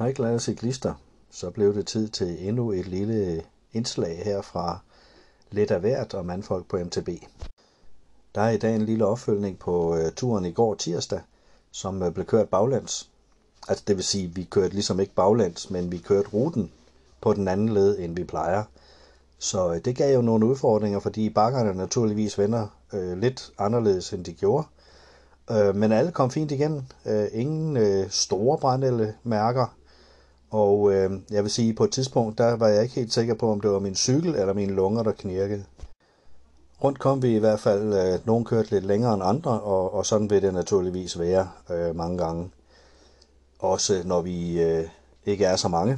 Hej glade cyklister, så blev det tid til endnu et lille indslag her fra lidt af hvert og mandfolk på MTB. Der er i dag en lille opfølgning på turen i går tirsdag, som blev kørt baglæns. Altså det vil sige, at vi kørte ligesom ikke baglæns, men vi kørte ruten på den anden led, end vi plejer. Så det gav jo nogle udfordringer, fordi bakkerne naturligvis vender lidt anderledes, end de gjorde. Men alle kom fint igennem. Ingen store brandmærker. Og jeg vil sige, at på et tidspunkt, der var jeg ikke helt sikker på, om det var min cykel eller mine lunger, der knirkede. Rundt kom vi i hvert fald, nogen kørte lidt længere end andre, og sådan vil det naturligvis være mange gange. Også når vi ikke er så mange.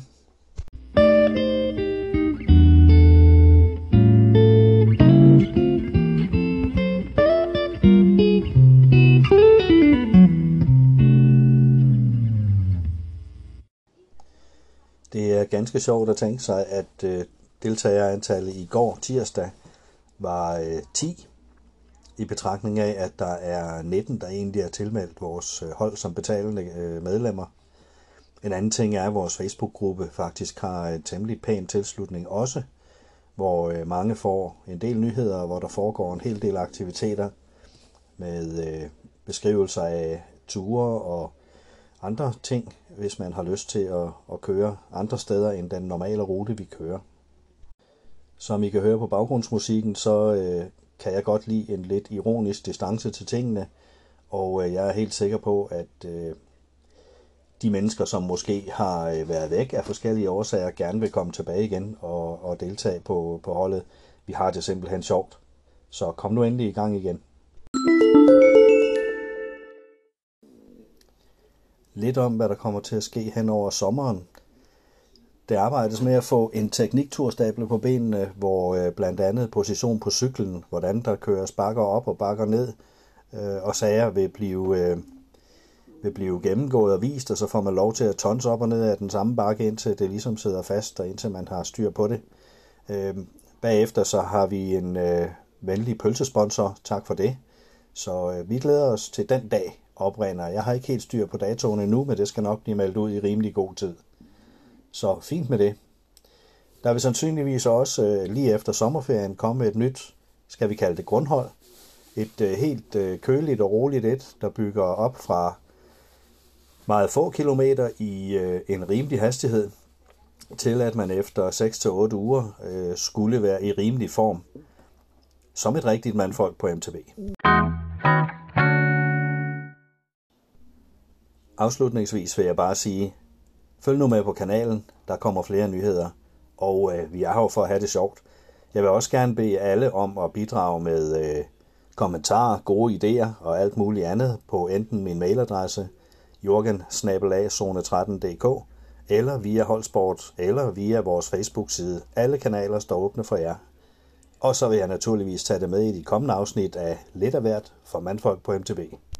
Det er ganske sjovt at tænke sig, at deltagerantallet i går tirsdag var 10, i betragtning af, at der er 19, der egentlig er tilmeldt vores hold som betalende medlemmer. En anden ting er, at vores Facebook-gruppe faktisk har en temmelig pæn tilslutning også, hvor mange får en del nyheder, hvor der foregår en hel del aktiviteter med beskrivelser af ture og andre ting, hvis man har lyst til at køre andre steder end den normale rute, vi kører. Som I kan høre på baggrundsmusikken, så kan jeg godt lide en lidt ironisk distance til tingene, og jeg er helt sikker på, at de mennesker, som måske har været væk af forskellige årsager, gerne vil komme tilbage igen og deltage på holdet. Vi har det simpelthen sjovt. Så kom nu endelig i gang igen. Lidt om, hvad der kommer til at ske hen over sommeren. Det arbejdes med at få en teknikturstable på benene, hvor blandt andet position på cyklen, hvordan der køres bakker op og bakker ned, og sager vil blive gennemgået og vist, og så får man lov til at tonse op og ned af den samme bakke, indtil det ligesom sidder fast, og indtil man har styr på det. Bagefter så har vi en venlig pølsesponsor, tak for det. Så vi glæder os til den dag oprinder. Jeg har ikke helt styr på datoen endnu, men det skal nok blive meldt ud i rimelig god tid. Så fint med det. Der vil sandsynligvis også lige efter sommerferien komme et nyt, skal vi kalde det grundhold. Et helt køligt og roligt et, der bygger op fra meget få kilometer i en rimelig hastighed, til at man efter 6-8 uger skulle være i rimelig form. Som et rigtigt mandfolk på MTB. Afslutningsvis vil jeg bare sige, følg nu med på kanalen, der kommer flere nyheder, og vi er her for at have det sjovt. Jeg vil også gerne bede alle om at bidrage med kommentarer, gode idéer og alt muligt andet på enten min mailadresse jorgen@zone13.dk eller via Holdsport eller via vores Facebook-side. Alle kanaler står åbne for jer. Og så vil jeg naturligvis tage det med i de kommende afsnit af Lidt af hvert for mandfolk på MTB.